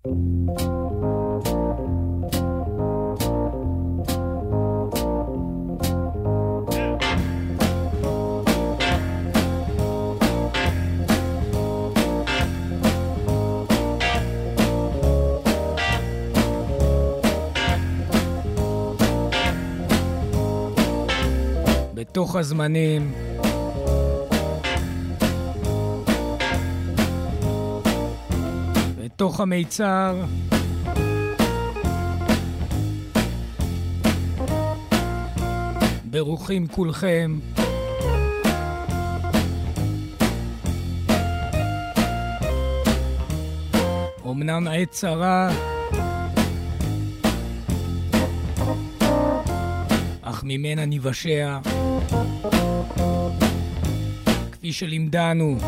בתוך הזמנים, בתוך המיצר, ברוכים כולכם. אמנם עת צרה, אך ממנה ניוושע, כפי שלימדנו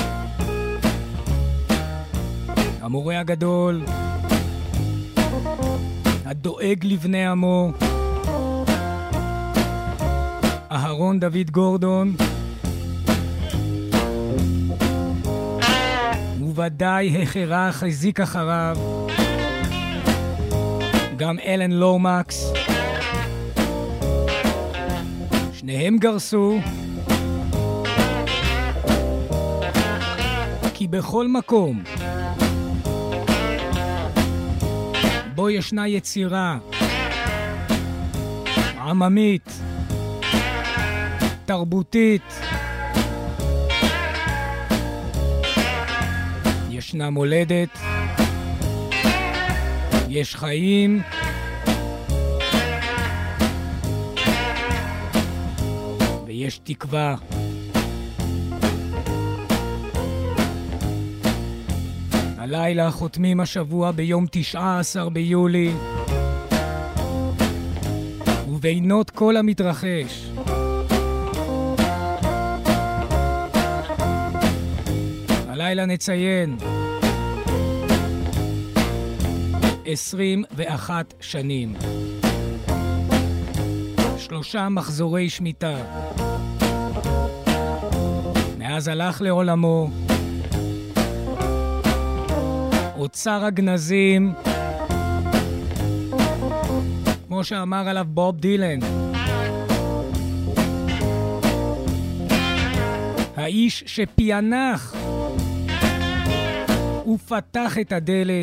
המורה הגדול, הדואג לבני עמו, אהרון דוד גורדון, וודאי החרה חזיק אחריו גם אלן לומקס. שניהם גרסו כי בכל מקום בו ישנה יצירה עממית, תרבותית, ישנה מולדת, יש חיים, ויש תקווה. הלילה חותמים השבוע ביום 19 ביולי, ובינות כל המתרחש הלילה נציין 21 שנים, 3 מחזורי שמיטה מאז הלך לעולמו אוצר הגנזים, כמו שאמר עליו בוב דילן, האיש שפענח ופתח את הדלת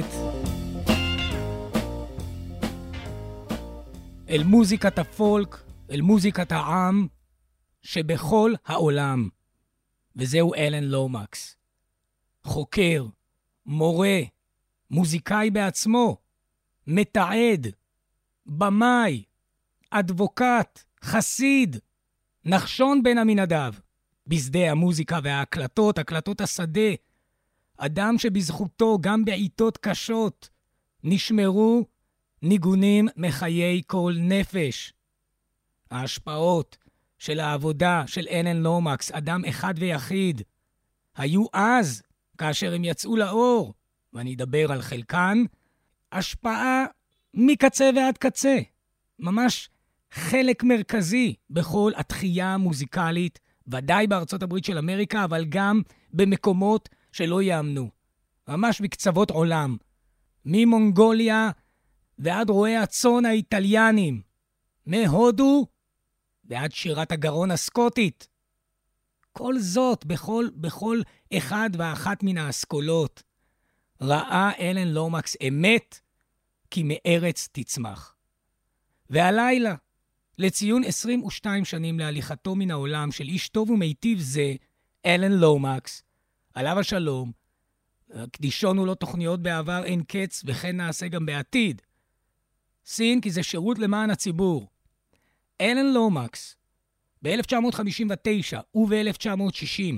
אל מוזיקת הפולק, אל מוזיקת העם שבכל העולם. וזהו אלן לומקס, חוקר, מורה, מוזיקאי בעצמו, מתעד, במאי, אדבוקט, חסיד, נחשון בין המנהדיו, בשדה המוזיקה וההקלטות, הקלטות השדה, אדם שבזכותו גם בעיתות קשות נשמרו ניגונים מחיי כל נפש. ההשפעות של העבודה של אלן לומקס, אדם אחד ויחיד, היו אז, כאשר הם יצאו לאור, ואני אדבר על חלקן, השפעה מקצה ועד קצה. ממש חלק מרכזי בכל התחייה המוזיקלית, ודאי בארצות הברית של אמריקה, אבל גם במקומות שלא יאמנו. ממש בקצוות עולם. ממונגוליה ועד רועי הצאן האיטליאנים. מהודו ועד שירת הגרון הסקוטית. כל זאת בכל אחד ואחת מן האסכולות. ראה אלן לומקס אמת, כי מארץ תצמח. והלילה, לציון 22 שנים להליכתו מן העולם של איש טוב ומיטיב זה, אלן לומקס, עליו השלום, קדישונו לו תוכניות בעבר אין קץ, וכן נעשה גם בעתיד. סין, כי זה שירות למען הציבור. אלן לומקס, ב-1959 וב-1960,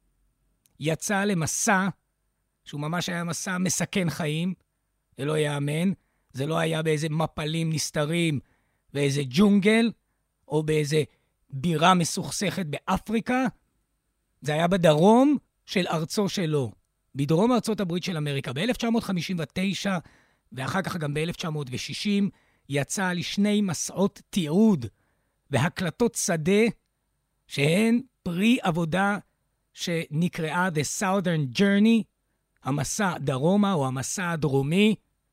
יצא למסע, שהוא ממש היה מסע מסכן חיים, זה לא יאמן, זה לא היה באיזה מפלים נסתרים, באיזה ג'ונגל, או באיזה בירה מסוכסכת באפריקה, זה היה בדרום של ארצו שלו, בדרום ארצות הברית של אמריקה. ב-1959, ואחר כך גם ב-1960, יצא לשני מסעות תיעוד והקלטות שדה, שהן פרי עבודה שנקראה The Southern Journey, המסע דרומה או המסע הדרומי,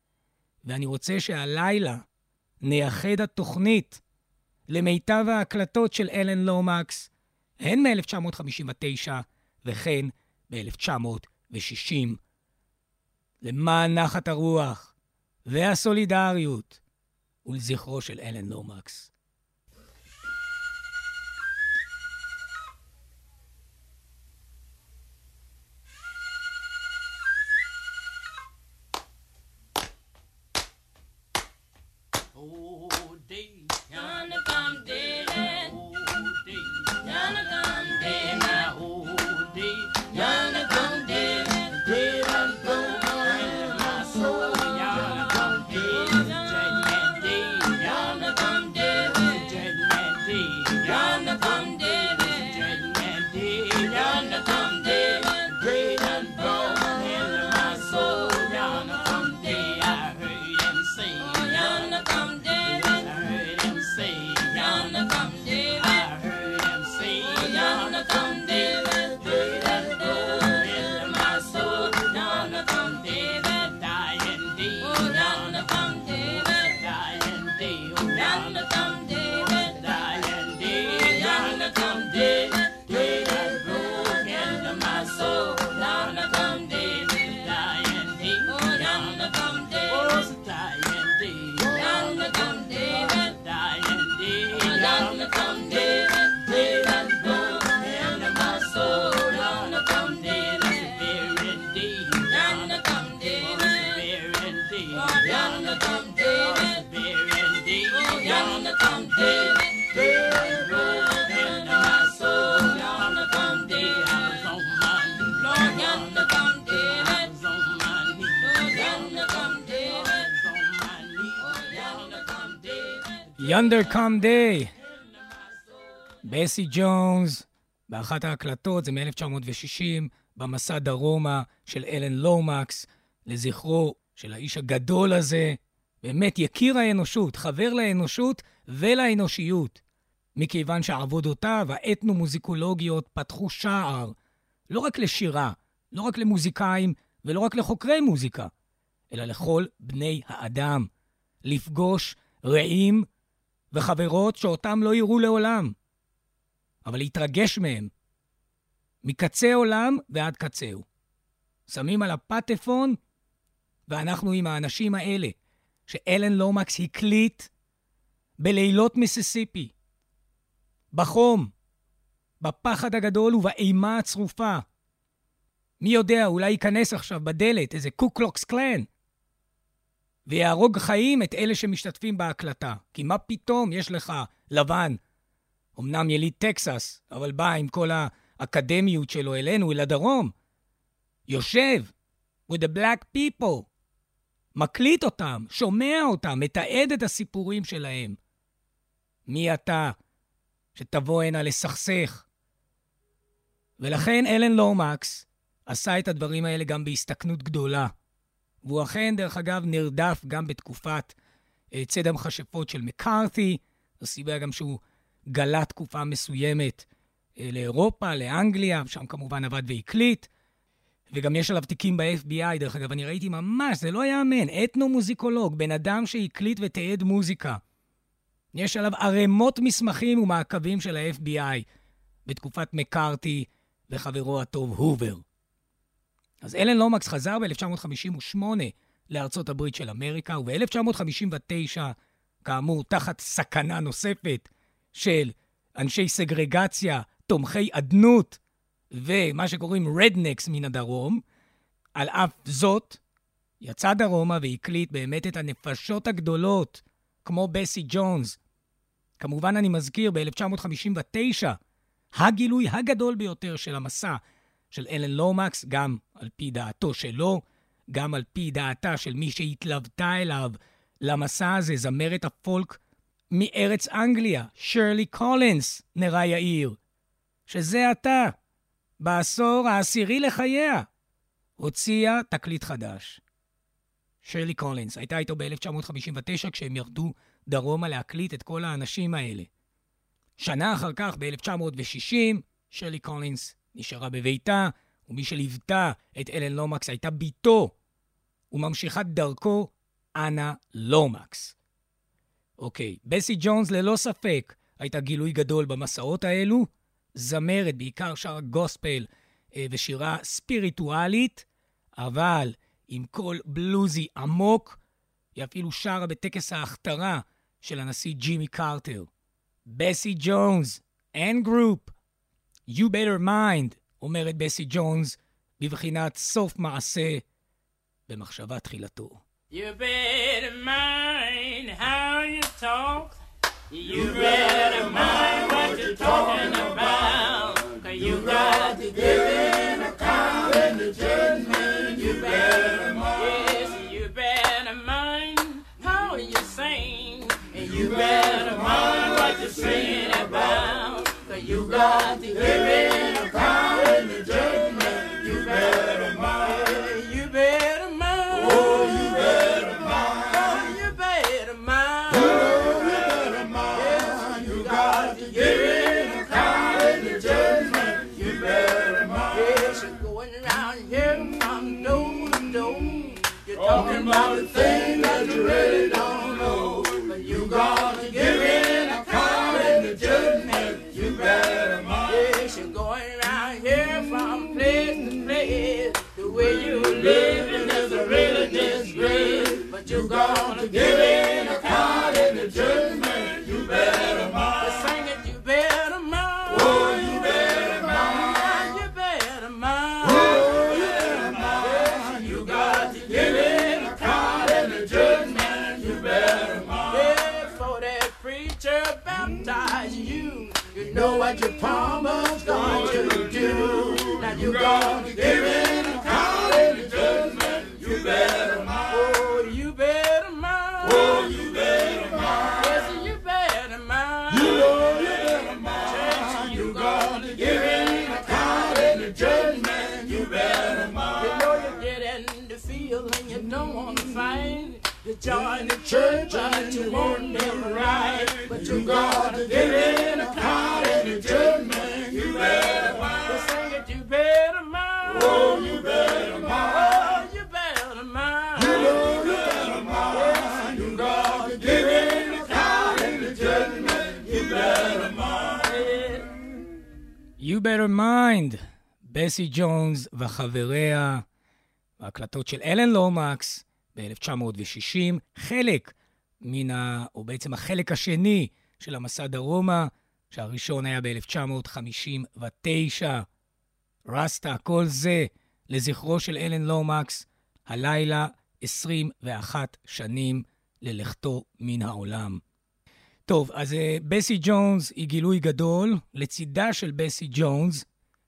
ואני רוצה שהלילה נייחד התוכנית למיטב ההקלטות של אלן לומקס, הן מ-1959 וכן ב-1960, למען נחת הרוח והסולידריות ולזכרו של אלן לומקס. Yonder Come Day, בסי ג'ונס, באחת ההקלטות, זה מ-1960, במסע דרומה של אלן לומקס, לזכרו של האיש הגדול הזה, באמת יקיר האנושות, חבר לאנושות ולאנושיות, מכיוון שעבודותיו האתנו-מוזיקולוגיות פתחו שער, לא רק לשירה, לא רק למוזיקאים ולא רק לחוקרי מוזיקה, אלא לכל בני האדם, לפגוש רעים וחברות שאותם לא יראו לעולם, אבל להתרגש מהם, מקצה עולם ועד קצהו. שמים על הפטפון, ואנחנו עם האנשים האלה, שאלן לומקס הקליט בלילות מיסיסיפי, בחום, בפחד הגדול ובאימה הצרופה. מי יודע, אולי ייכנס עכשיו בדלת איזה קוקלוקס קלן, ויהרוג חיים את אלה שמשתתפים בהקלטה. כי מה פתאום יש לך לבן, אמנם יליד טקסס, אבל בא עם כל האקדמיות שלו אלינו, אל הדרום, יושב with the black people, מקליט אותם, שומע אותם, מתעד את הסיפורים שלהם. מי אתה שתבוא הנה לסכסך? ולכן אלן לומקס עשה את הדברים האלה גם בהסתכנות גדולה. והוא אכן, דרך אגב, נרדף גם בתקופת ציד המכשפות של מקארתי, הסיבה גם שהוא גלה תקופה מסוימת לאירופה, לאנגליה, שם כמובן עבד והקליט, וגם יש עליו תיקים ב-FBI, דרך אגב, אני ראיתי ממש, זה לא יאמן, אתנו-מוזיקולוג, בן אדם שהקליט ותעד מוזיקה. יש עליו ערימות מסמכים ומעקבים של ה-FBI, בתקופת מקארתי וחברו הטוב הובר. אז אלן לומקס חזר ב-1958 לארצות הברית של אמריקה, וב-1959, כאמור, תחת סכנה נוספת של אנשי סגרגציה, תומכי עדנות, ומה שקוראים רדנקס מן הדרום, על אף זאת, יצא דרומה והקליט באמת את הנפשות הגדולות, כמו בסי ג'ונס. כמובן אני מזכיר, ב-1959, הגילוי הגדול ביותר של המסע של אלן לומקס, גם על פי דעתו שלו, גם על פי דעתה של מי שהתלוותה אליו למסע הזה, זמרת הפולק מארץ אנגליה, שרלי קולינס, נראה יאיר, שזה עתה, בעשור העשירי לחייה, הוציאה תקליט חדש. שרלי קולינס הייתה איתו ב-1959 כשהם ירדו דרומה להקליט את כל האנשים האלה. שנה אחר כך, ב-1960, שרלי קולינס נשארה בביתה, ומי שליוותה את אלן לומקס הייתה ביתו, וממשיכת דרכו אנה לומקס. אוקיי, בסי ג'ונס ללא ספק הייתה גילוי גדול במסעות האלו, זמרת, בעיקר שרה גוספל ושירה ספיריטואלית, אבל עם קול בלוזי עמוק, היא אפילו שרה בטקס ההכתרה של הנשיא ג'ימי קרטר. בסי ג'ונס and group, you better mind, אומרת בסי ג'ונס, בבחינת סוף מעשה במחשבה תחילתו. You better mind how you talk. You better mind what you're talking about. 'Cause you got to give an account in the judgment. You better mind. Yes, you better mind how you sing. And you better mind what you're singing about. 'Cause you got to give an account in the judgment. You better mind. You better mind. Oh, you better mind. Oh, you better mind. Oh, you better mind. Yes, you got to give an account in the judgment. You better mind. Yes, you're going around here from door to door. You're talking about the thing that you really don't know. But you got to give an account in the judgment. You better mind. Yes, you're going around here from place to place. The way you live is a really disgrace. But you got to give an account in the judgment. You better mind. Sing it, you better mind. Oh, you better mind. You better mind. Oh, you better mind. You got to give an account in the judgment. You better mind. Yeah, for that preacher baptize you. You know what your promise going to do. Now you got to give an account in the judgment. You better mind. Oh, you better mind. Oh, you better mind. Yes, you better mind. You know you better mind. Church, you got to give an account in the judgment. You better mind. You know you get in the field and you don't want to fight. You join the church and you want them right. But you got to give an account in the judgment. You better mind. You sing it, you better mind. Oh, you better mind. Oh, you better mind. You know you better mind. Yes, you got to give an account in the judgment. You better mind. You better mind, בסי ג'ונס וחבריה, ההקלטות של אלן לומקס ב-1960, חלק או בעצם החלק השני של המסע דרומה, שהראשון היה ב-1959. רסטה, כל זה לזכרו של אלן לומקס, הלילה 21 שנים ללכתו מן העולם. טוב, אז בסי ג'ונס היא גילוי גדול. לצידה של בסי ג'ונס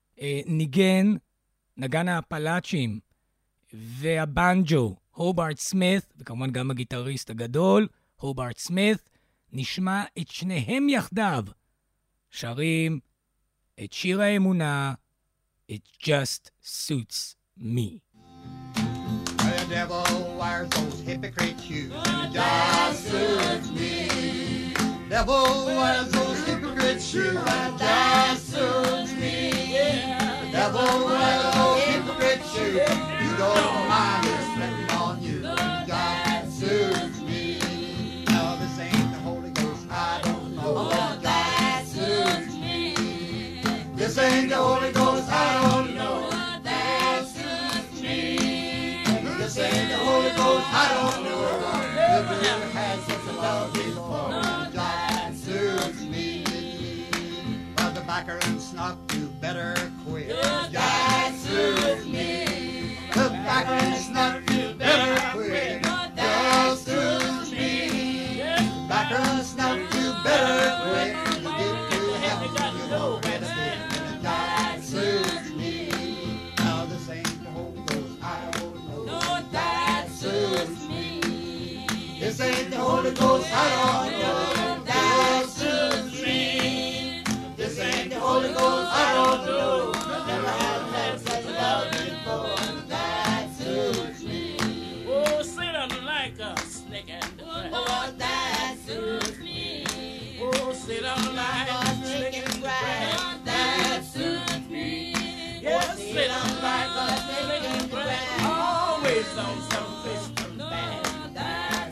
נגן האפלאצ'ים והבנג'ו, הובארט סמית, וכמובן גם הגיטריסט הגדול, הובארט סמית. נשמע את שניהם יחדיו שרים את שיר האמונה, It just suits me. The devil wears those hypocrite shoes. It just suits me. Devil wears those hypocrite shoes. It just suits me. The devil wears those hypocrite shoes. You don't mind it slipping on you. It just suits me. Now this ain't the Holy Ghost. I don't know. It just suits me. This ain't the Holy Ghost. I don't know. That suits me. This ain't the Holy Ghost. I don't know. If you ever had such a love before, that suits me. Well, the backer and snuff, you better quit. That suits me. The backer and snuff, you better quit. That suits me. Backer and snuff, you better quit. You get to heaven, you know where to be. That suits me. Now this ain't the Holy Ghost. I don't know. That suits me. This ain't the Holy Ghost. I don't know. That suits me. This ain't the Holy Ghost. I don't know. Never have had such a love before. That suits me. Oh, sit on like a snake and the grass. Oh, that suits me. Oh, sit on like a snake and the grass. That suits me. Yes, sit on like a snake and the grass. Always on some fish from bad. That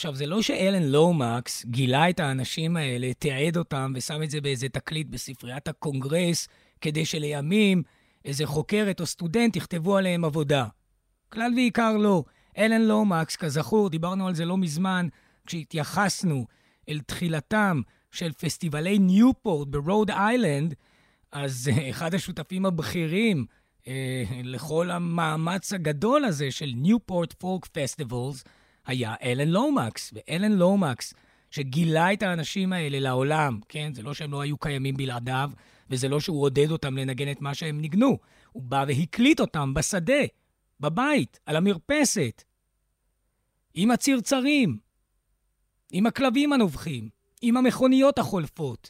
עכשיו, זה לא שאלן לומקס גילה את האנשים האלה, תיעד אותם ושם את זה באיזה תקליט בספריית הקונגרס, כדי שלימים איזה חוקרת או סטודנט יכתבו עליהם עבודה. כלל ועיקר לא. אלן לומקס, כזכור, דיברנו על זה לא מזמן, כשהתייחסנו אל תחילתם של פסטיבלי ניופורט ברוד איילנד, אז אחד השותפים הבכירים לכל המאמץ הגדול הזה של ניופורט פולק פסטיבלס, היה אלן לומקס. ואלן לומקס, שגילה את האנשים האלה לעולם, כן? זה לא שהם לא היו קיימים בלעדיו, וזה לא שהוא עודד אותם לנגן את מה שהם ניגנו. הוא בא והקליט אותם בשדה, בבית, על המרפסת, עם הצרצרים, עם הכלבים הנובחים, עם המכוניות החולפות,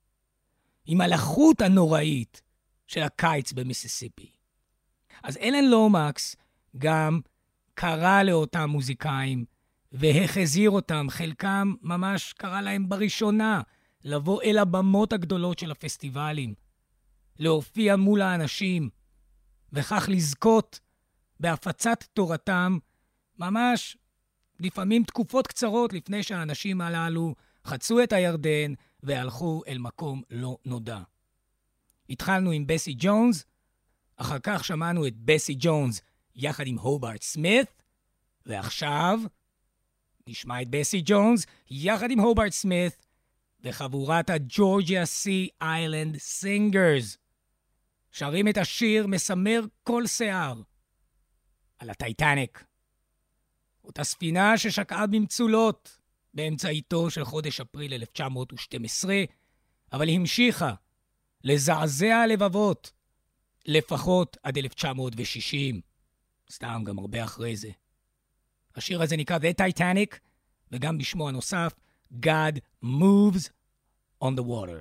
עם הלחות הנוראית של הקיץ במיסיסיפי. אז אלן לומקס גם קרא לאותם מוזיקאים והחזיר אותם, חלקם ממש קרא להם בראשונה, לבוא אל הבמות הגדולות של הפסטיבלים, להופיע מול האנשים, וכך לזכות בהפצת תורתם, ממש לפעמים תקופות קצרות לפני שהאנשים הללו חצו את הירדן והלכו אל מקום לא נודע. התחלנו עם בסי ג'ונס, אחר כך שמענו את בסי ג'ונס יחד עם הוברט סמית, ועכשיו נשמע את בסי ג'ונס יחד עם הוברט סמית וחבורת הג'ורג'יה סי איילנד סינגרס. שרים את השיר מסמר כל שיער על הטייטניק, אותה ספינה ששקעה במצולות באמצעיתו של חודש אפריל 1912, אבל המשיכה לזעזע לבבות לפחות עד 1960, סתם גם הרבה אחרי זה. השיר הזה נקרא The Titanic, וגם בשמו הנוסף, God Moves on the Water.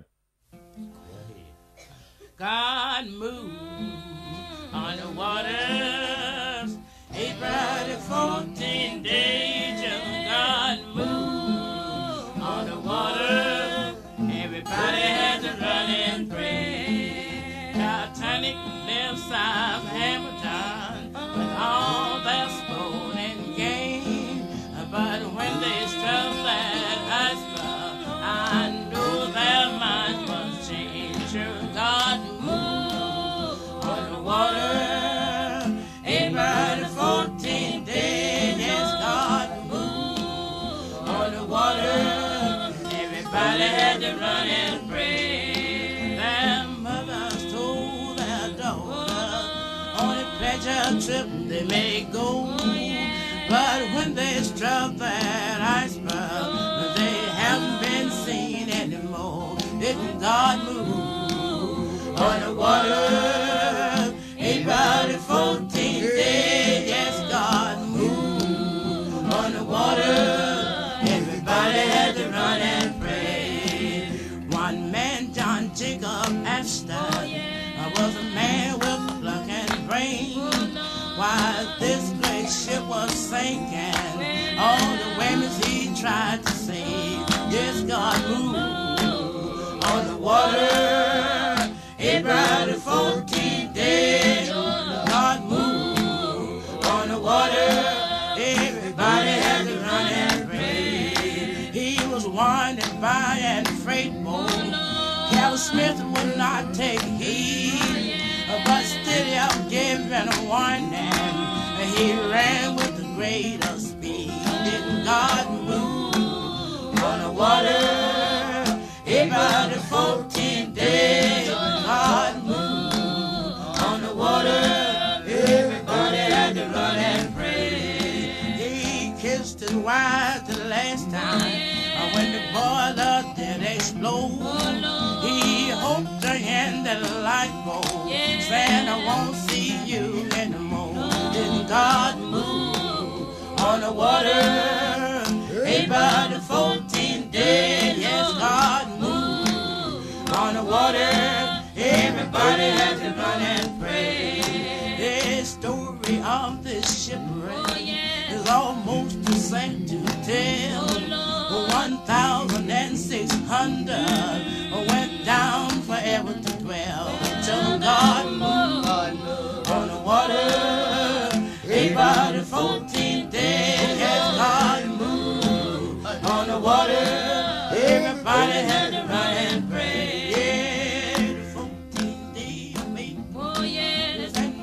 God moves on the waters, April 14 days, God moves on the water, everybody has to run and pray. Titanic left Southampton with all their spoil and gain, but when they struck that iceberg, I knew their minds was changed. Sure, God moved on the water, April 14 days. Yes, God moved on the water. Everybody had to run and pray. Their mothers told their daughters on a pleasure trip they may go, but when they struck that iceberg, they haven't been seen anymore. Didn't God move on the water? April 14 days, yes, God moved on the water. Everybody had to run and pray. One man, John Jacob Ashton, was a man with pluck and brain. While this great ship was sinking, all the women he tried to save, yes, God moved on the water. April 14 days, God moved on the water. Everybody had to run and pray. He was wanted by a freight boat. Cal Smith would not take heed, but still he gave him a warning. He ran with the greater speed. Didn't God move on the water? April 14 days, God moved on the water. Everybody had to run and pray. He kissed his wife the last time when the boiler did explode. He hoped her in the lifeboat, saying, I won't see you anymore. Didn't God move on the water? April 14 days, yes, God moved on the water. Everybody has to run and pray. The story of this shipwreck is almost too sad to tell. 1,600 went down forever to dwell till God moved on the water. April 14 days, yes, God moved on the water. Everybody had to run and pray. Yeah, the 14th day of May. Oh yeah, it's at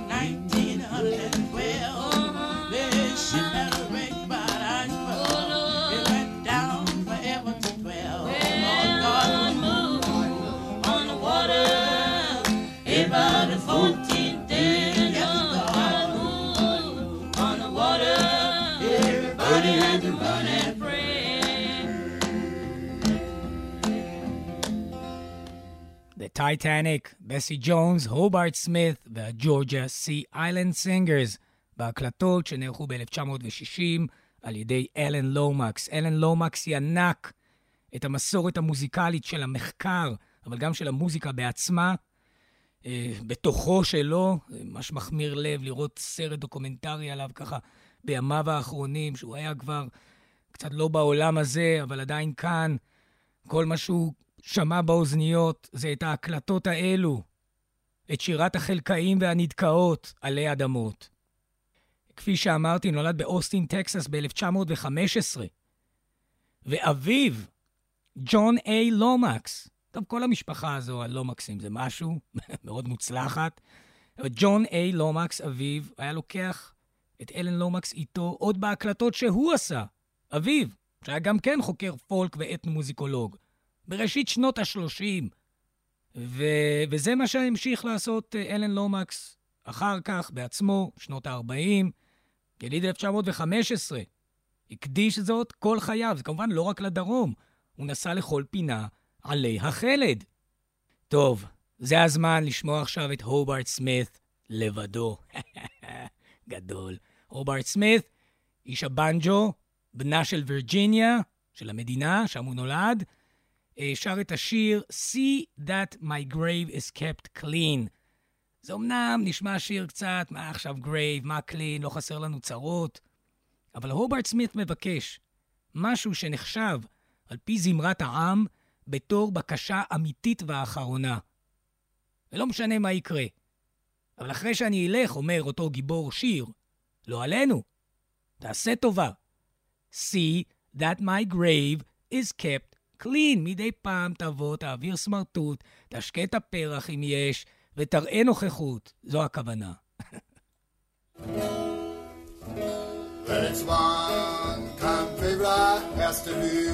1912. The ship had a wreck by the iceberg. It went down forever to 12. Oh God, move on the water. About the 14th day, God moved on the water. Everybody had to run and pray. The Titanic, בסי ג'ונס, הובארט סמית והג'ורג'ה סי איילנד סינגרס, בהקלטות שנערכו ב-1960 על ידי אלן לומקס. אלן לומקס ינק את המסורת המוזיקלית של המחקר, אבל גם של המוזיקה בעצמה, בתוכו שלו. ממש מחמיר לב לראות סרט דוקומנטרי עליו ככה בימיו האחרונים, שהוא היה כבר קצת לא בעולם הזה, אבל עדיין כאן. כל מה שהוא שמע באוזניות זה את ההקלטות האלו, את שירת החלקאים והנדקאות עלי אדמות. כפי שאמרתי, נולד באוסטין, טקסס ב-1915, ואביו, ג'ון איי לומקס, טוב, כל המשפחה הזו, הלומקסים, זה משהו מאוד מוצלחת. אבל ג'ון איי לומקס, אביו, היה לוקח את אלן לומקס איתו עוד בהקלטות שהוא עשה. אביו, שהיה גם כן חוקר פולק ואתנומוזיקולוג, בראשית שנות ה-30. וזה מה שהמשיך לעשות אלן לומקס אחר כך בעצמו, שנות ה-40, יליד 1915. הקדיש זאת כל חייו, זה כמובן לא רק לדרום. הוא נסע לכל פינה עלי החלד. טוב, זה הזמן לשמוע עכשיו את הובארט סמית לבדו. גדול. הובארט סמית, איש הבנג'ו, בנה של וירג'יניה, של המדינה, שם הוא נולד, שר את השיר See That My Grave is Kept Clean. זה אומנם נשמע שיר קצת, מה עכשיו grave, מה clean, לא חסר לנו צרות. אבל הובארט סמית מבקש משהו שנחשב על פי זמרת העם בתור בקשה אמיתית ואחרונה. ולא משנה מה יקרה. אבל אחרי שאני אלך, אומר אותו גיבור שיר, לא עלינו, תעשה טובה. See that my grave is kept clean. מדי פעם תבוא, תעביר סמרטוט, תשקה את הפרח אם יש, ותראה נוכחות. זו הכוונה. But it's one country I has to do.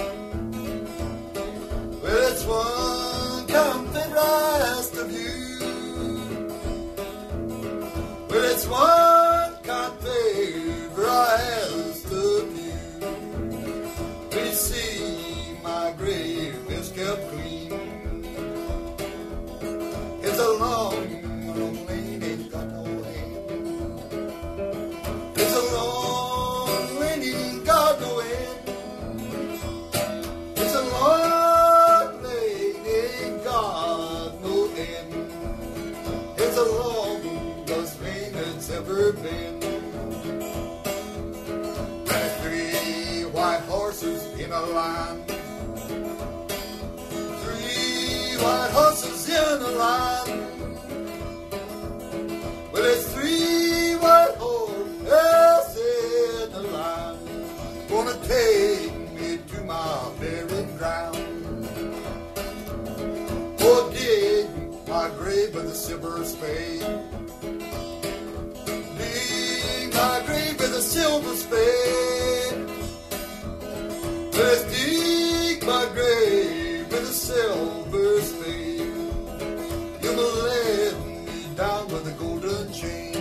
Well, it's one country I has to do. Well, it's one country I has to do. We see my grave is kept clean. It's a long, long lane, ain't got no end. It's a long lane, ain't got no end. It's a long lane, ain't got no end. It's the longest lane that's ever been. There's 3 white horses in a line. 3 white horses in a line. Well, it's 3 white horses in a line. Gonna take me to my burial ground. Oh, dig my grave with a silver spade. Dig my grave with a silver spade. Let's dig my grave with a silver spade. You'll let me down with a golden chain.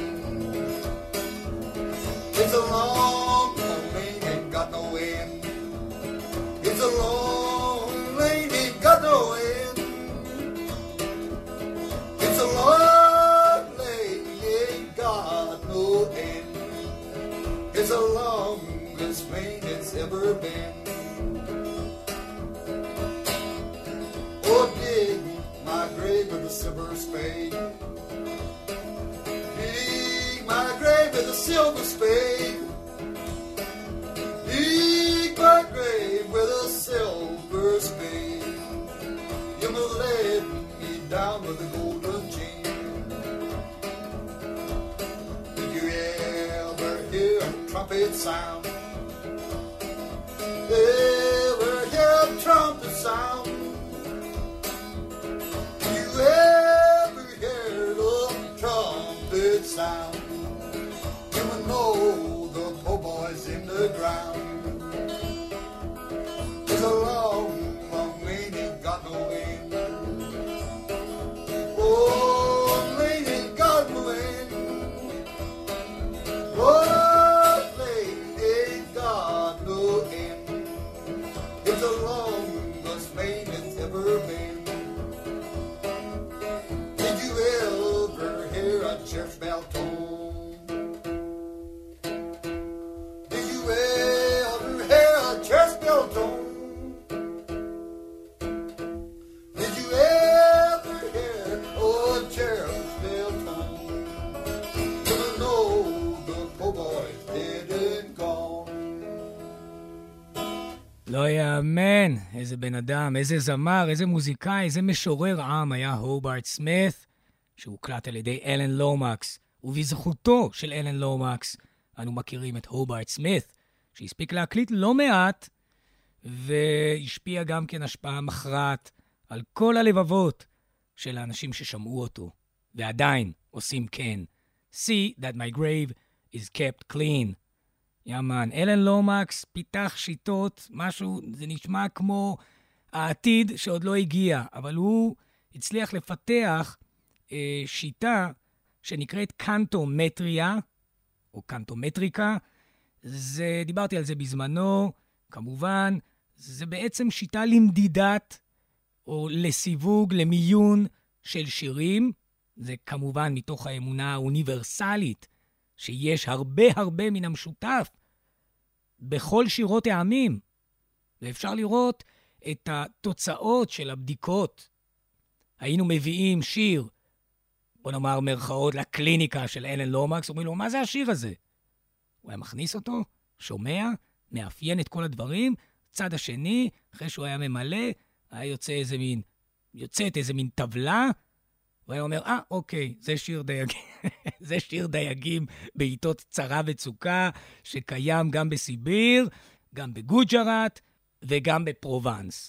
It's a long, long lane, ain't got no end. It's a long lane, ain't got no end. It's a long lane, ain't got no end. It's the longest lane it's ever been. Oh, dig my grave with a silver spade. Dig my grave with a silver spade. Dig my grave with a silver spade. You must let me down with a golden chain. Did you ever hear a trumpet sound? Hey, לא יאמן, איזה בן אדם, איזה זמר, איזה מוזיקאי, איזה משורר עם היה הוברט סמית, שהוקלט על ידי אלן לומקס, ובזכותו של אלן לומקס אנו מכירים את הוברט סמית, שהספיק להקליט לא מעט, והשפיע גם כן השפעה מכרעת על כל הלבבות של האנשים ששמעו אותו, ועדיין עושים כן. See that my grave is kept clean. יאמן, אלן לומקס פיתח שיטות, משהו, זה נשמע כמו העתיד שעוד לא הגיע, אבל הוא הצליח לפתח שיטה שנקראת קנטומטריה, או קנטומטריקה. דיברתי על זה בזמנו, כמובן, זה בעצם שיטה למדידת, או לסיווג, למיון של שירים. זה כמובן מתוך האמונה האוניברסלית, שיש הרבה מן המשותף בכל שירות העמים. ואפשר לראות את התוצאות של הבדיקות. היינו מביאים שיר, בוא נאמר מרכאות, לקליניקה של אלן לומקס, אומרים לו, מה זה השיר הזה? הוא היה מכניס אותו, שומע, מאפיין את כל הדברים, צד השני, אחרי שהוא היה ממלא, היה יוצאת איזה מין טבלה, והוא היה אומר, אוקיי, זה שיר דייגים, זה שיר דייגים בעיתות צרה וצוקה, שקיים גם בסיביר, גם בגוג'רת, וגם בפרובנס.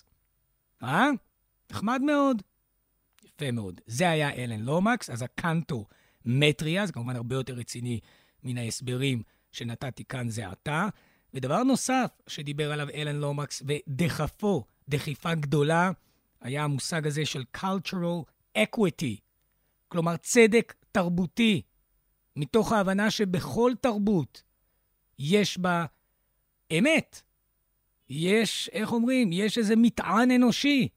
נחמד מאוד. יפה מאוד. זה היה אלן לומקס, אז הקנטומטריה, זה כמובן הרבה יותר רציני מן ההסברים שנתתי כאן זה עתה. ודבר נוסף שדיבר עליו אלן לומקס ודחפו, דחיפה גדולה, היה המושג הזה של cultural equity, כלומר צדק תרבותי, מתוך ההבנה שבכל תרבות יש בה אמת. יש, איך אומרים, יש איזה מטען אנושי,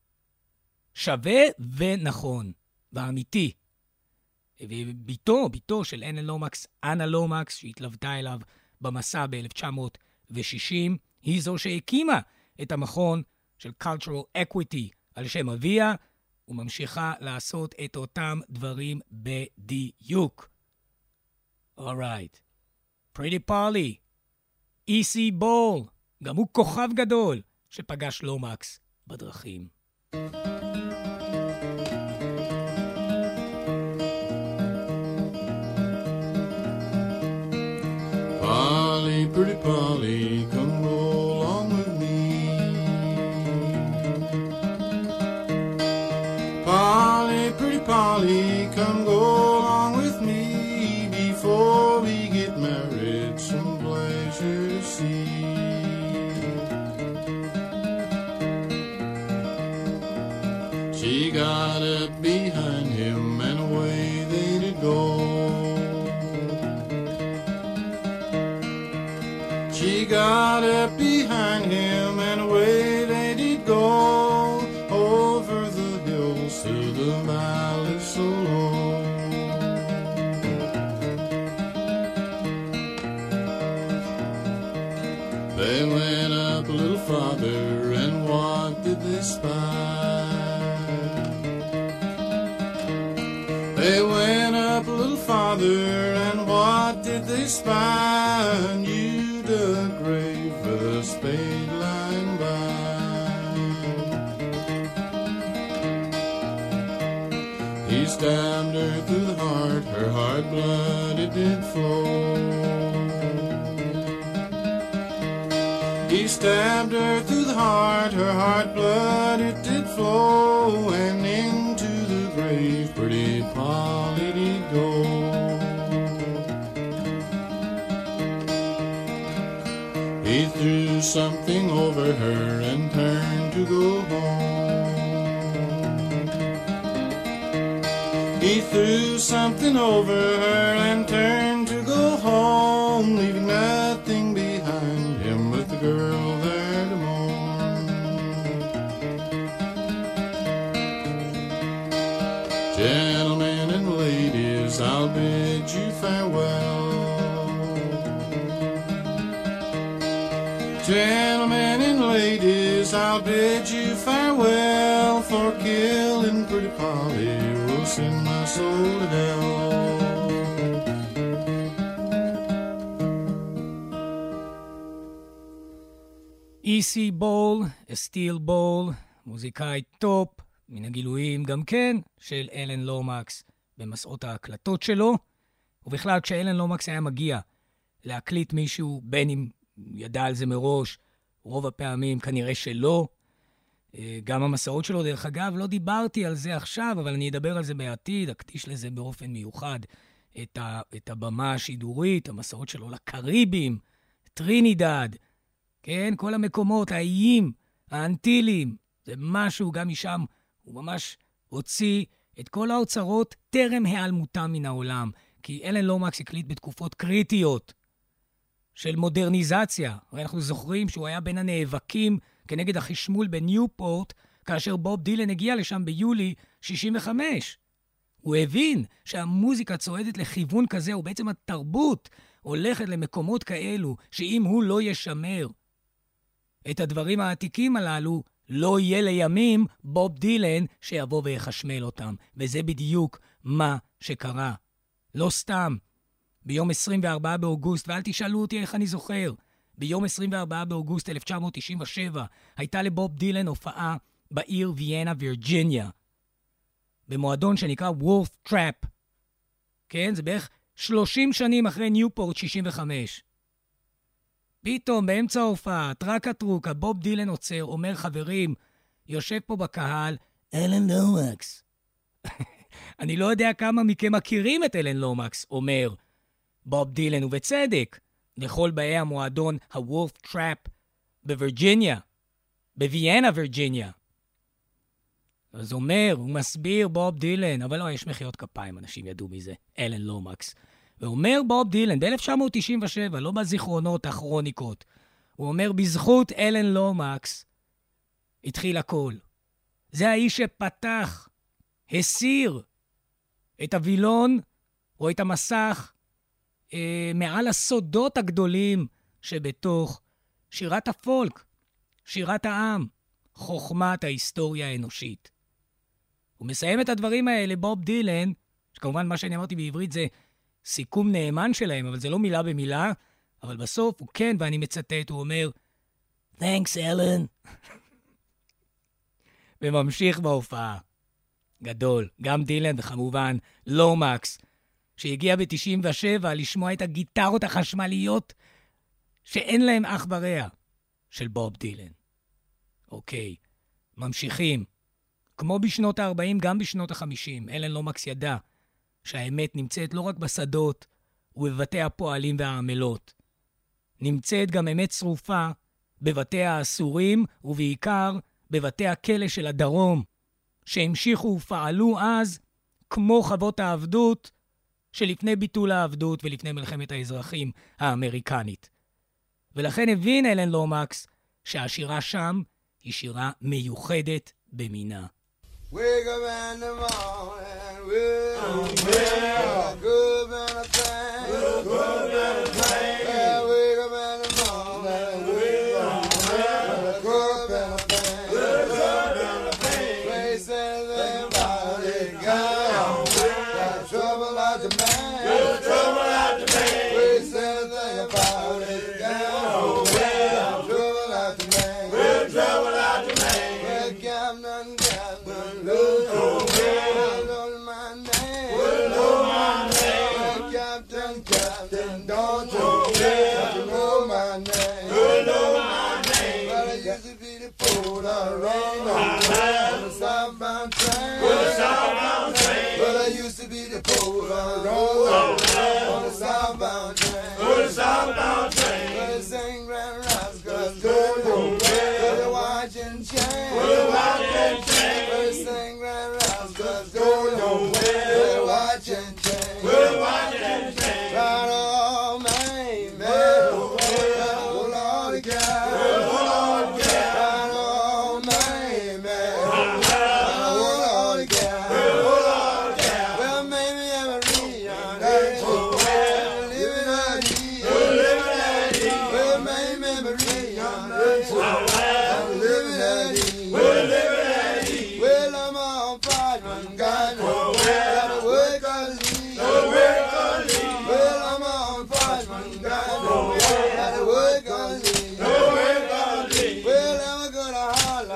שווה ונכון, ואמיתי. וביתו של אלן לומקס, אנה לומקס, שהתלוותה אליו במסע ב-1960, היא זו שהקימה את המכון של Cultural Equity על שם אביה, וממשיכה לעשות את אותם דברים בדיוק. Alright. Pretty Polly, E.C. Ball, גם הוא כוכב גדול שפגש לומקס בדרכים. Polly, pretty Polly, come go along with me. Polly, pretty Polly, come go along with me. Before we get married, some pleasure to see. She got up behind him and away they did go. She got up behind him and away they did go, over the hills to the valley so low. They went up a little farther, and what did they spy? They went up a little farther, and what did they spy? The grave with a spade lying by. He stabbed her through the heart, her heart blood it did flow. He stabbed her through the heart, her heart blood it did flow, and into the grave pretty Polly did go. He threw something over her and turned to go home. He threw something over her and turned to go home, leaving nothing behind him but the girl there to mourn. Gentlemen and ladies, I'll bid you farewell. Gentlemen and ladies, I'll bid you farewell, for killing pretty Polly will send my soul to hell. קיסי בול, סטיל בול, מוזיקאי טופ, מן הגילויים גם כן של אלן לומקס במסעות ההקלטות שלו, ובכלל כשאלן לומקס היה מגיע להקליט מישהו, בין אם ידע על זה מראש, רוב הפעמים כנראה שלא, גם המסעות שלו, דרך אגב, לא דיברתי על זה עכשיו, אבל אני אדבר על זה בעתיד, אקדיש לזה באופן מיוחד את הבמה השידורית, המסעות שלו לקריבים, טרינידד, כן, כל המקומות, האיים, האנטילים, זה משהו, גם משם הוא ממש הוציא את כל האוצרות טרם העלמותם מן העולם, כי אלן לומקס הקליט בתקופות קריטיות של מודרניזציה. הרי אנחנו זוכרים שהוא היה בין הנאבקים כנגד החשמול בניופורט, כאשר בוב דילן הגיע לשם ביולי 65. הוא הבין שהמוזיקה צועדת לכיוון כזה, ובעצם התרבות הולכת למקומות כאלו, שאם הוא לא ישמר את הדברים העתיקים הללו, לא יהיה לימים בוב דילן שיבוא ויחשמל אותם. וזה בדיוק מה שקרה. לא סתם. ביום 24 באוגוסט, ואל תשאלו אותי איך אני זוכר, ביום 24 באוגוסט 1997, הייתה לבוב דילן הופעה בעיר ויאנה, וירג'יניה, במועדון שנקרא וולף טראפ. כן, זה בערך 30 שנים אחרי ניופורט 65. פתאום באמצע ההופעה, טרקה טרוקה, בוב דילן עוצר, אומר, חברים, יושב פה בקהל, אלן לומקס. אני לא יודע כמה מכם מכירים את אלן לומקס, אומר בוב דילן, ובצדק, לכל באי המועדון הוולף טראפ בווירג'יניה, בוויאנה וירג'יניה. אז אומר, הוא מסביר בוב דילן, אבל לא, יש מחיאות כפיים, אנשים ידעו מזה, אלן לומקס. ואומר בוב דילן, ב-1997, לא בזיכרונות הכרוניקות, הוא אומר, בזכות אלן לומקס התחיל הכל. זה האיש שפתח, הסיר את הווילון או את המסך מעל הסודות הגדולים שבתוך שירת הפולק, שירת העם, חוכמת ההיסטוריה האנושית. הוא מסיים את הדברים האלה, בוב דילן, שכמובן מה שאני אמרתי בעברית זה סיכום נאמן שלהם, אבל זה לא מילה במילה, אבל בסוף הוא כן, ואני מצטט, הוא אומר, Thanks, אלן. וממשיך בהופעה. גדול. גם דילן וכמובן לומקס, שהגיע ב-97 לשמוע את הגיטרות החשמליות שאין להם אח ורע של בוב דילן. אוקיי, ממשיכים. כמו בשנות ה-40, גם בשנות ה-50, אלן לומקס ידע שהאמת נמצאת לא רק בשדות ובבתי הפועלים והעמלות. נמצאת גם אמת צרופה בבתי האסורים ובעיקר בבתי הכלא של הדרום, שהמשיכו ופעלו אז כמו חוות העבדות שלפני ביטול העבדות ולפני מלחמת האזרחים האמריקנית. ולכן הבין אלן לומקס שהשירה שם היא שירה מיוחדת במינה. Wake up in the morning, wake up in a thing, wake up in the morning, wake up in a thing, places everybody got trouble out the man, places everybody got trouble out the man, well, Captain, Captain, don't you know my name? You know my name. Well, I used to be the fool around on the southbound train. Well, I used to be the fool around on the southbound train. Well, I sing Grand Rascals, go well, the watching chain. Well, I sing Grand Rascals, go well, the watching chain. Right on, man, oh Lord God, right on, man, oh Lord God, well, maybe I'm a real living at ease, well, maybe I'm a real living at ease.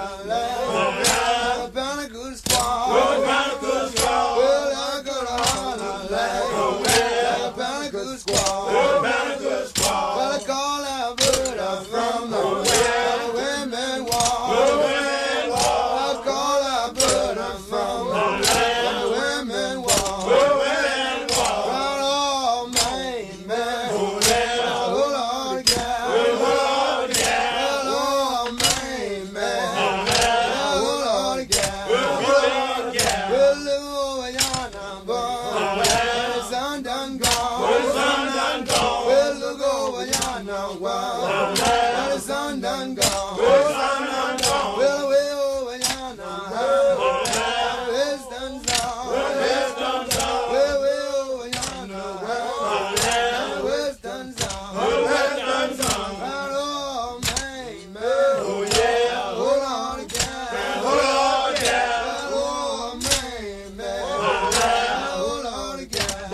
I found a good squaw. Well, I found a good squaw. Well, I got a holler. I found a good squaw. Well, I found a good squaw. Well, I call that bird up from the women wall. I call that bird up from the women wall. Right on Main, man. Hold on, gal. Well, on Main, man. Hold on, gal. Well, look over yonder, boy. The sun done gone. Well, look over yonder, wow. The sun done gone. Well, way over yonder, the west done gone. Well, way over yonder, the west done gone. Right on Main, man. Hold on, gal. Well, on Main, man. Hold on,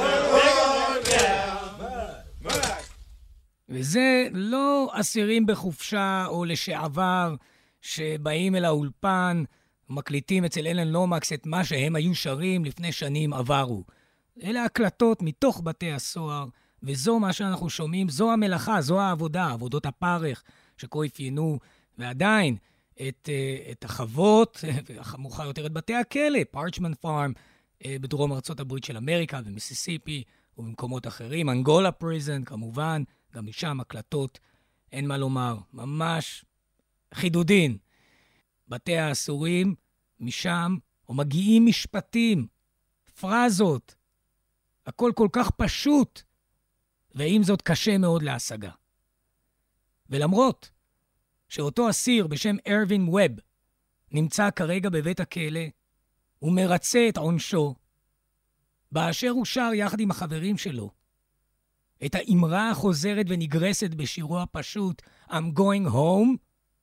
gal. וזה לא אסירים בחופשה או לשעבר שבאים אל האולפן ומקליטים אצל אלן לומקס את מה שהם היו שרים לפני שנים עברו. אלה הקלטות מתוך בתי הסוהר, וזו מה שאנחנו שומעים, זו המלאכה, זו העבודה, עבודות הפרך שכה אפיינו, ועדיין את החוות, מאוחר יותר את בתי הכלא, פארצ'מן פארם, בדרום ארצות הברית של אמריקה ומיסיסיפי ובמקומות אחרים, אנגולה פריזן כמובן, גם משם הקלטות, אין מה לומר, ממש חידודין. בתי האסורים, משם, או מגיעים משפטים, פרזות, הכל כל כך פשוט, ועם זאת קשה מאוד להשגה. ולמרות שאותו אסיר בשם ארווין ווב נמצא כרגע בבית הכלא, הוא מרצה את עונשו, באשר הוא שר יחד עם החברים שלו, את האמרה החוזרת ונגרסת בשירו הפשוט, I'm going home,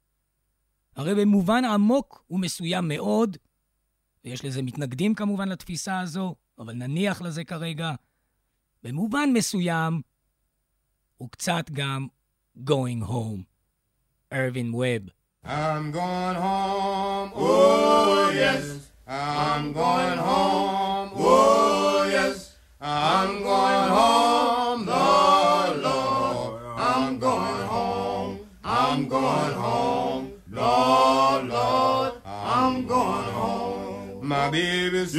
הרי במובן עמוק ומסוים מאוד, ויש לזה מתנגדים כמובן לתפיסה הזו, אבל נניח לזה כרגע, במובן מסוים, הוא קצת גם going home. ארווין ווב. I'm going home, oh yes, I'm going home, oh yes, I'm going home, Lord, Lord, I'm going home, I'm going home, Lord, Lord, I'm going home. My baby's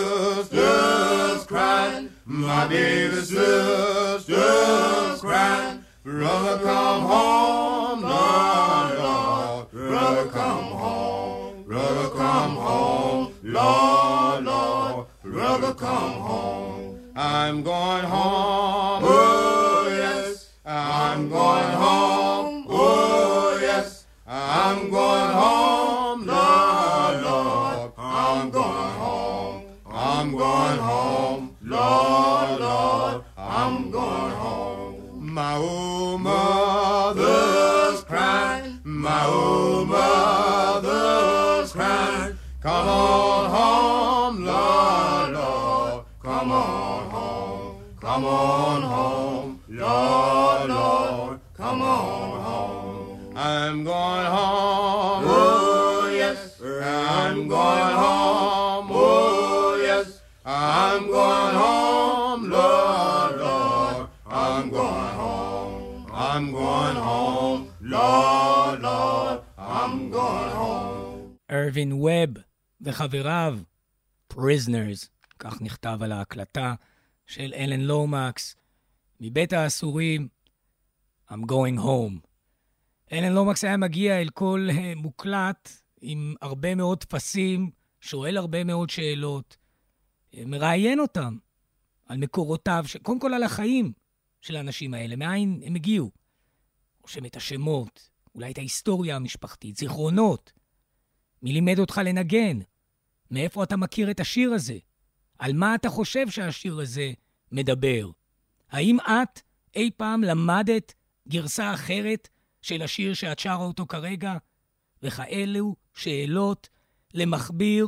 just crying, my baby's just crying, brother come home, Lord, Lord, brother come home, brother come home, Lord, Lord, brother come home. I'm going home, oh yes, I'm going home, oh yes, I'm going home, Lord, Lord, I'm going home, I'm going home, Lord, Lord, I'm going home. My old mother's crying, my old mother's crying, come on home, Lord, Lord, come on home, come on home, Lord, Lord, come on home. I'm going home, oh yes, I'm going home, oh yes, I'm going home, Lord, Lord, I'm going home, I'm going home, Lord, Lord, I'm going home. ארווין ווב וחבריו, Prisoners, כך נכתב על ההקלטה של אלן לומקס, מבית האסורים, I'm going home. אלן לומקס היה מגיע אל כל מוקלט עם הרבה מאוד תפסים, שואל הרבה מאוד שאלות, מראיין אותם על מקורותיו, קודם כל על החיים של האנשים האלה, מאין הם הגיעו. רושם את השמות, אולי את ההיסטוריה המשפחתית, זיכרונות. מי לימד אותך לנגן? מאיפה אתה מכיר את השיר הזה? על מה אתה חושב שהשיר הזה מדבר? האם את אי פעם למדת גרסה אחרת של השיר שאת שרה אותו כרגע? וכאלו שאלות למחביר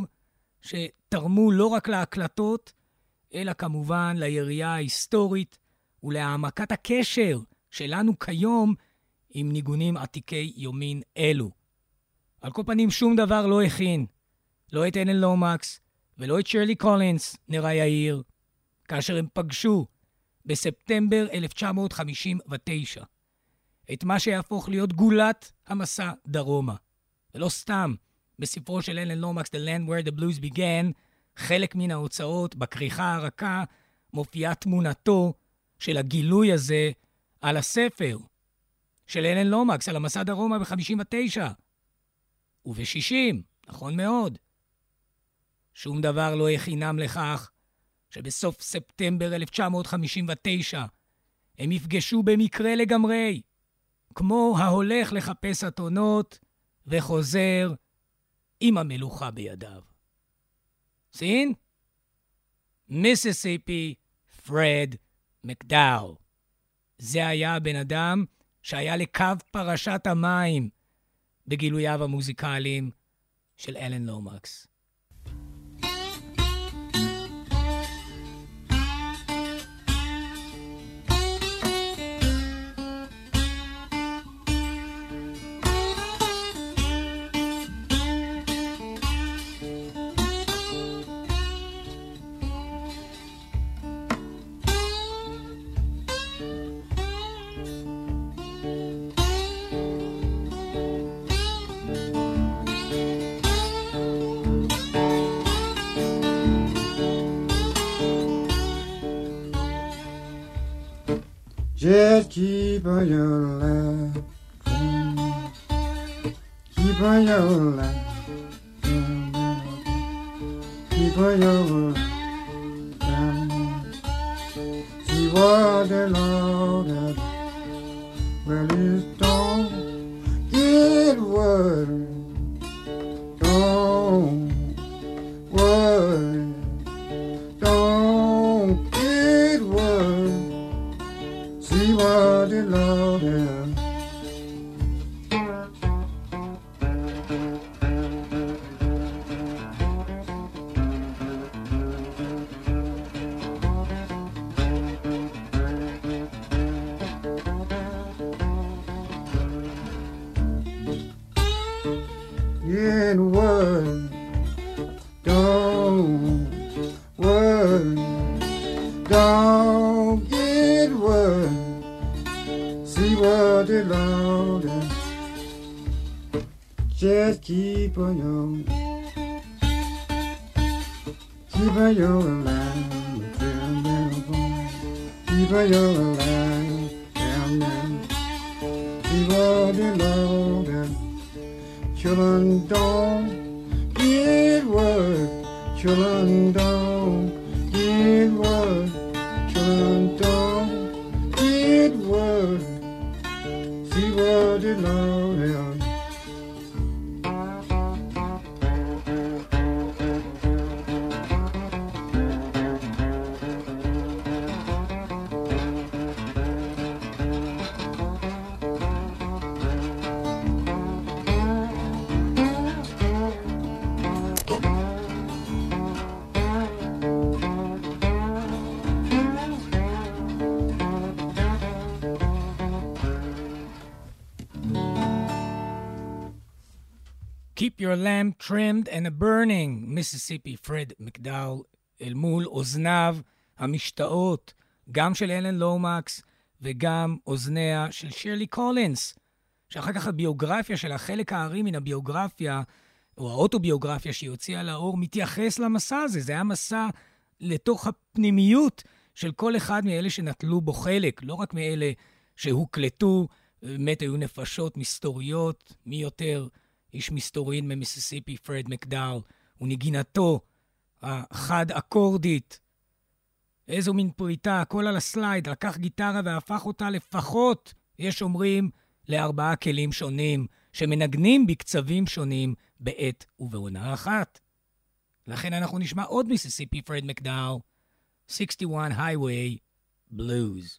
שתרמו לא רק להקלטות, אלא כמובן ליריעה ההיסטורית ולהעמקת הקשר שלנו כיום עם ניגונים עתיקי יומין אלו. על כל פנים שום דבר לא הכין, לא את אלן לומקס ולא את שרלי קולינס, נראה יאיר, כאשר הם פגשו בספטמבר 1959 את מה שיהפוך להיות גולת המסע דרומה. ולא סתם, בספרו של אלן לומקס, The Land Where the Blues Began, חלק מן ההוצאות, בכריכה הרכה, מופיעה תמונתו של הגילוי הזה על הספר של אלן לומקס, על המסע דרומה ב-59 וב-60, נכון מאוד. שום דבר לא הכינם לכך שבסוף ספטמבר 1959 הם יפגשו במקרה לגמרי, כמו ההולך לחפש אתונות וחוזר עם המלוכה בידיו. סין? מיסיסיפי פרד מקדאול. זה היה הבן אדם שהיה לקו פרשת המים בגילוייו המוזיקליים של אלן לומקס. Just keep on your life, keep on your life, keep on your life. See what the Lord has. Well, it's don't get worried, don't worry, don't get worried. See what the Lord has. Get worried, don't worry, don't get worried. See what the Lord is. Just keep on your line. Keep on your line. See what the Lord is. Children, don't get worried. Children, don't get worried. Children, don't get worried. See what the Lord has. Keep your lamp trimmed and burning, מיסיסיפי פרד מקדאול, אל מול אוזניו המשתאות, גם של אלן לומקס וגם אוזניה של שרלי קולינס, שאחר כך הביוגרפיה של החלק הארי מן הביוגרפיה, או האוטוביוגרפיה שהיא הוציאה לאור, מתייחס למסע הזה. זה היה מסע לתוך הפנימיות של כל אחד מאלה שנטלו בו חלק, לא רק מאלה שהוקלטו, באמת היו נפשות מסתוריות, מי יותר איש מסתורין ממיסיסיפי פרד מקדאול, ונגינתו החד אקורדית. איזו מין פריטה, הכל על הסלייד, לקח גיטרה והפך אותה לפחות, יש אומרים, ל4 כלים שונים, שמנגנים בקצבים שונים בעת ובעונה אחת. לכן אנחנו נשמע עוד מיסיסיפי פרד מקדאול, 61 Highway Blues.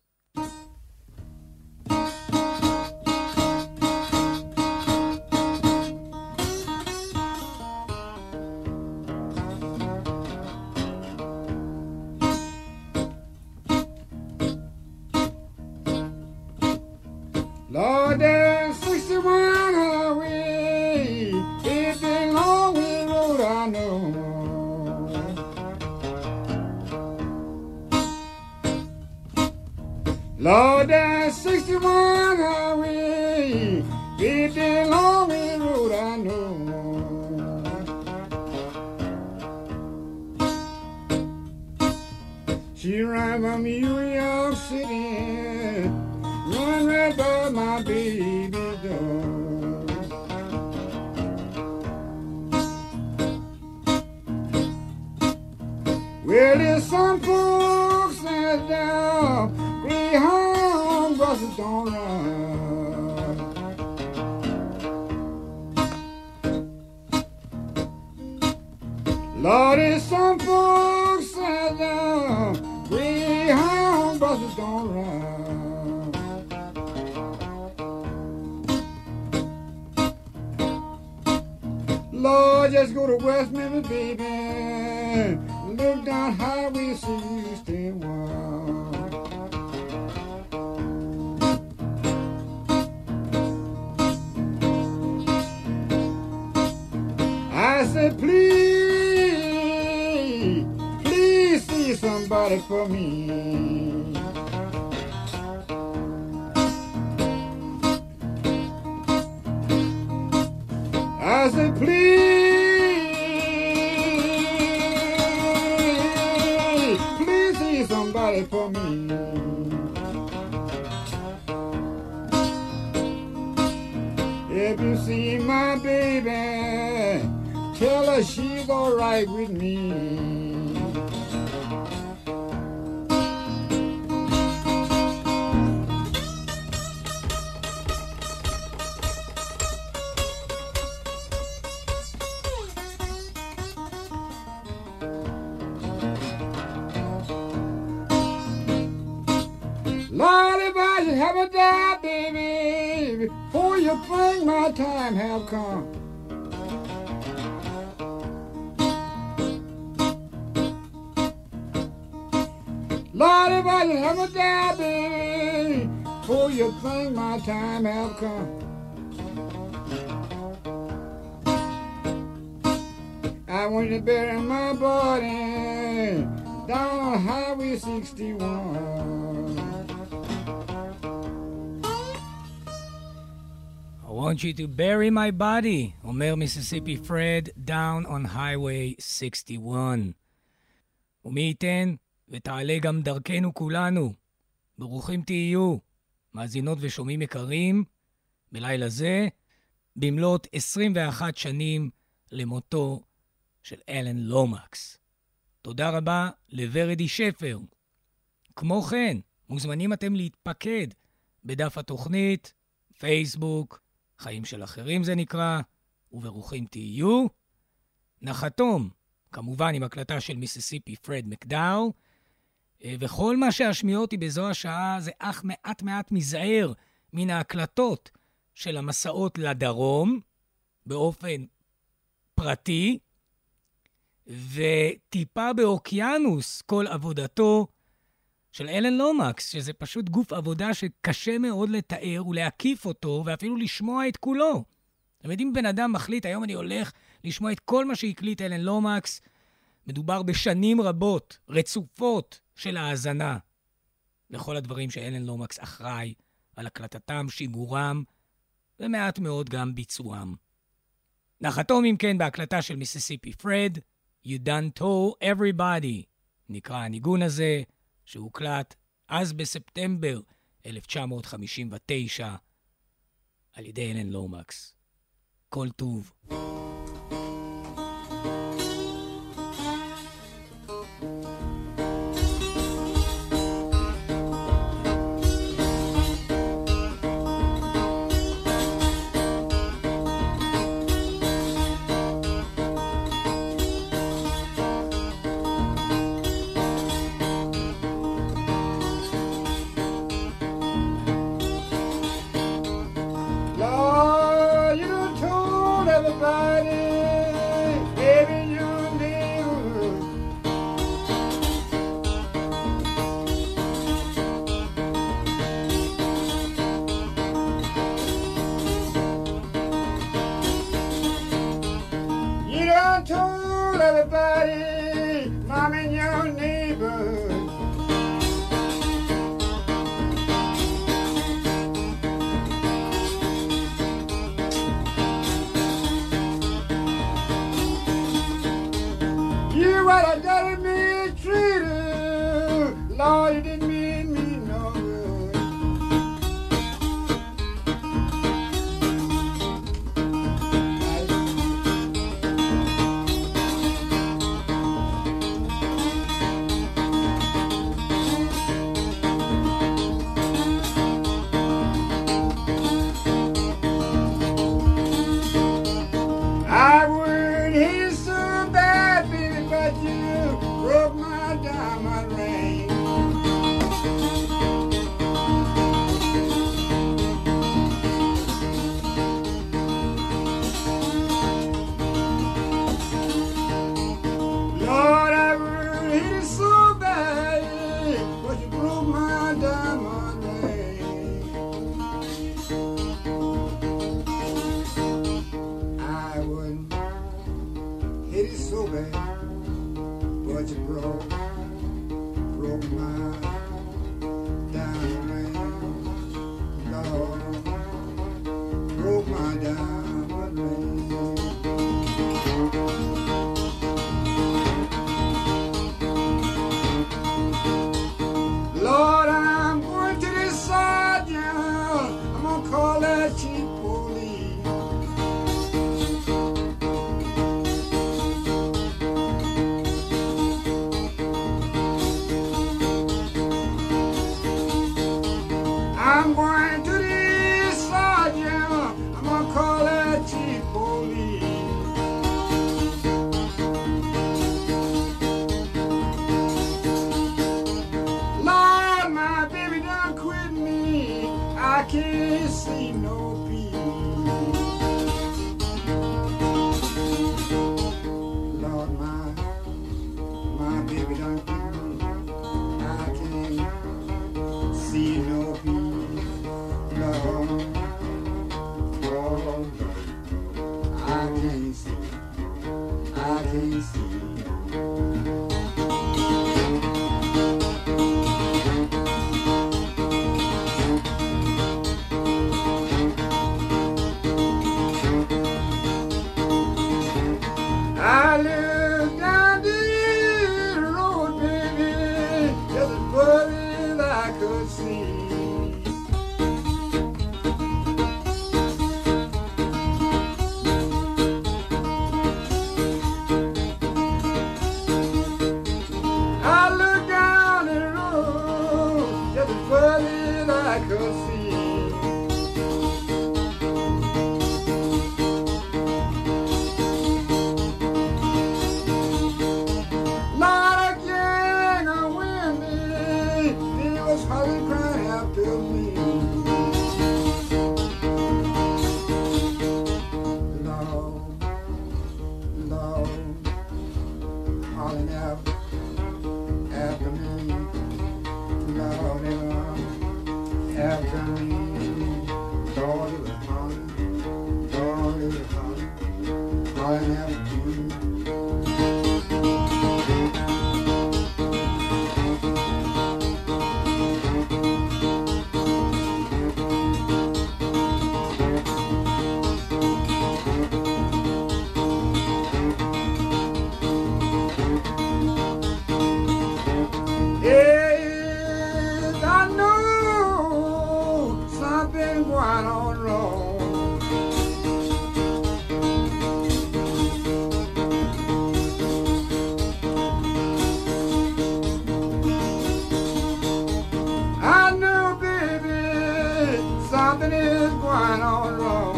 Lord, there's 61 highway Lord, that 61 highway, it's the longest road I know. She ran from New York City, run right by my baby's door. Well, there's some folks that down Greyhound buses don't run. Lord, there's some folks that down Greyhound buses don't run. Lord, just go to West Memphis, baby. Look down Highway 61. I said, please, please see somebody for me. I said, please see somebody for me. If you see my baby, tell her she's all right with me. Lord, if I should have a die, baby, before you think my time have come. Lord, if I should have a die, baby, before you think my time have come. I want you to bury my body down on Highway 61. I want you to bury my body, אומר מיסיסיפי פרד, down on highway 61. ומי ייתן ותעלה גם דרכנו כולנו. ברוכים תהיו, מאזינות ושומעים יקרים, בלילה זה, במלאת 21 שנים למותו של אלן לומקס. תודה רבה לוורדי שפר. כמו כן, מוזמנים אתם להתפקד בדף התוכנית, פייסבוק, חיים של אחרים זה נקרא, וברוכים תהיו. נחתום, כמובן עם הקלטה של מיסיסיפי פרד מקדאו, וכל מה שהשמיע אותי בזו השעה זה אך מעט מזער מן ההקלטות של המסעות לדרום, באופן פרטי, וטיפה באוקיינוס כל עבודתו של אלן לומקס, שזה פשוט גוף עבודה שקשה מאוד לתאר ולהקיף אותו, ואפילו לשמוע את כולו. אתם יודעים, בן אדם מחליט, היום אני הולך לשמוע את כל מה שהקליט אלן לומקס, מדובר בשנים רבות, רצופות של האזנה, לכל הדברים שאלן לומקס אחראי על הקלטתם, שיגורם, ומעט מאוד גם ביצועם. נחתום אם כן בהקלטה של מיסיסיפי פרד, You Done Told Everybody, נקרא הניגון הזה, שהוקלט אז בספטמבר 1959 על ידי אלן לומקס. כל טוב. It is so bad, but you broke my diamond ring, Lord, broke my diamond ring. Lord, I'm going to this sergeant, I'm gonna call that chief police. I'm going to this sergeant, I'm gonna call that chief police. Lord, my baby done quit me, I can't see no peace. Lord, my baby done quit me, I can't see no peace. Lord, Lord, I can't see. I live down the road, baby, just as far as I could see. I look down the road, just as far as I could see. Lord, I can't win me. It was hardly crying after me. Lord, hardly after me. Lord, after me. Lord, it was hardly after me. Yes, I know something going on wrong. I know, baby, something is going on wrong.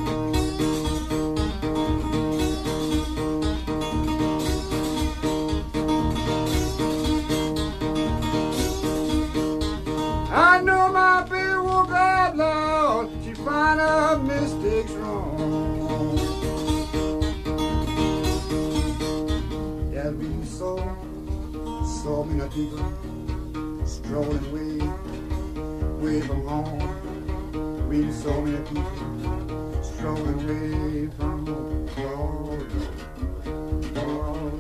I know my baby will God, Lord, she find her mistakes wrong. There'll be so many people strolling way from home. Be so many people strolling away from home. Lord, Lord.